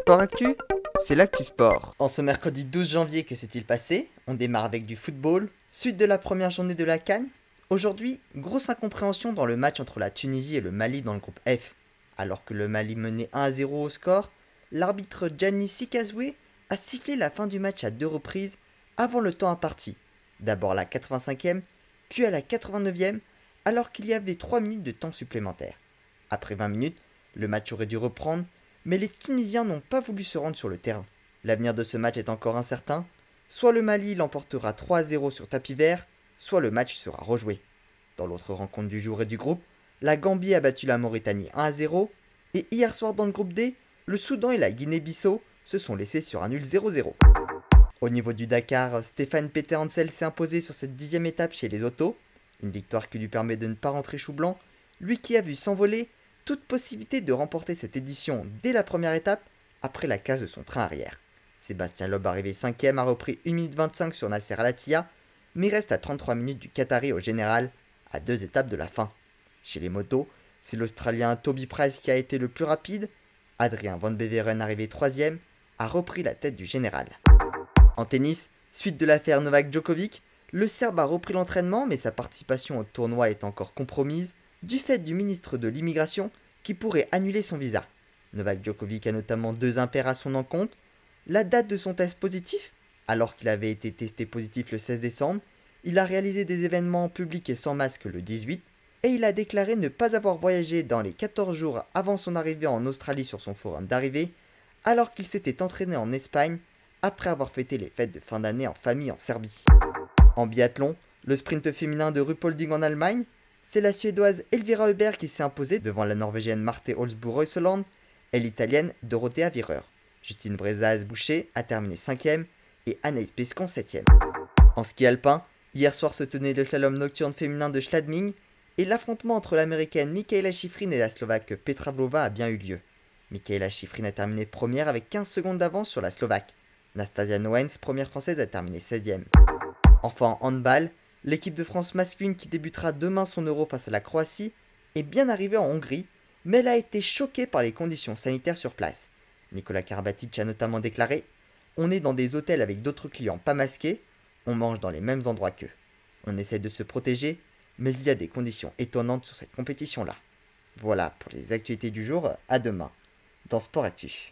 Sport Actu, c'est l'actu sport. En ce mercredi 12 janvier, que s'est-il passé? On démarre avec du football, suite de la première journée de la CAN. Aujourd'hui, grosse incompréhension dans le match entre la Tunisie et le Mali dans le groupe F. Alors que le Mali menait 1-0 au score, l'arbitre Gianni Sikazoué a sifflé la fin du match à 2 reprises avant le temps imparti. D'abord à la 85e, puis à la 89e, alors qu'il y avait 3 minutes de temps supplémentaire. Après 20 minutes, le match aurait dû reprendre, mais les Tunisiens n'ont pas voulu se rendre sur le terrain. L'avenir de ce match est encore incertain. Soit le Mali l'emportera 3-0 sur tapis vert, soit le match sera rejoué. Dans l'autre rencontre du jour et du groupe, la Gambie a battu la Mauritanie 1-0, et hier soir dans le groupe D, le Soudan et la Guinée-Bissau se sont laissés sur un nul 0-0. Au niveau du Dakar, Stéphane Peter-Hansel s'est imposé sur cette 10e étape chez les autos, une victoire qui lui permet de ne pas rentrer chou blanc, lui qui a vu s'envoler toute possibilité de remporter cette édition dès la première étape après la casse de son train arrière. Sébastien Loeb, arrivé 5ème, a repris 1 minute 25 sur Nasser Al-Attiyah, mais reste à 33 minutes du Qatari au général, à 2 étapes de la fin. Chez les motos, c'est l'Australien Toby Price qui a été le plus rapide. Adrien Van Beveren, arrivé 3ème, a repris la tête du général. En tennis, suite de l'affaire Novak Djokovic, le Serbe a repris l'entraînement, mais sa participation au tournoi est encore compromise du fait du ministre de l'Immigration qui pourrait annuler son visa. Novak Djokovic a notamment 2 impairs à son encontre, la date de son test positif, alors qu'il avait été testé positif le 16 décembre, il a réalisé des événements en public et sans masque le 18, et il a déclaré ne pas avoir voyagé dans les 14 jours avant son arrivée en Australie sur son forum d'arrivée, alors qu'il s'était entraîné en Espagne après avoir fêté les fêtes de fin d'année en famille en Serbie. En biathlon, le sprint féminin de Ruhpolding en Allemagne, c'est la Suédoise Elvira Huber qui s'est imposée devant la Norvégienne Marte Holzboe-Reuseland et l'Italienne Dorothea Virer. Justine Brezaz-Boucher a terminé 5ème et Anaïs Pescon 7ème. En ski alpin, hier soir se tenait le slalom nocturne féminin de Schladming et l'affrontement entre l'américaine Mikaela Shiffrin et la slovaque Petra Vlhova a bien eu lieu. Mikaela Shiffrin a terminé première avec 15 secondes d'avance sur la slovaque. Nastasia Noens, première française, a terminé 16ème. Enfin, en handball, l'équipe de France masculine qui débutera demain son Euro face à la Croatie est bien arrivée en Hongrie, mais elle a été choquée par les conditions sanitaires sur place. Nicolas Karabatic a notamment déclaré « On est dans des hôtels avec d'autres clients pas masqués, on mange dans les mêmes endroits qu'eux. On essaie de se protéger, mais il y a des conditions étonnantes sur cette compétition-là. » Voilà pour les actualités du jour, à demain dans Sport Actu.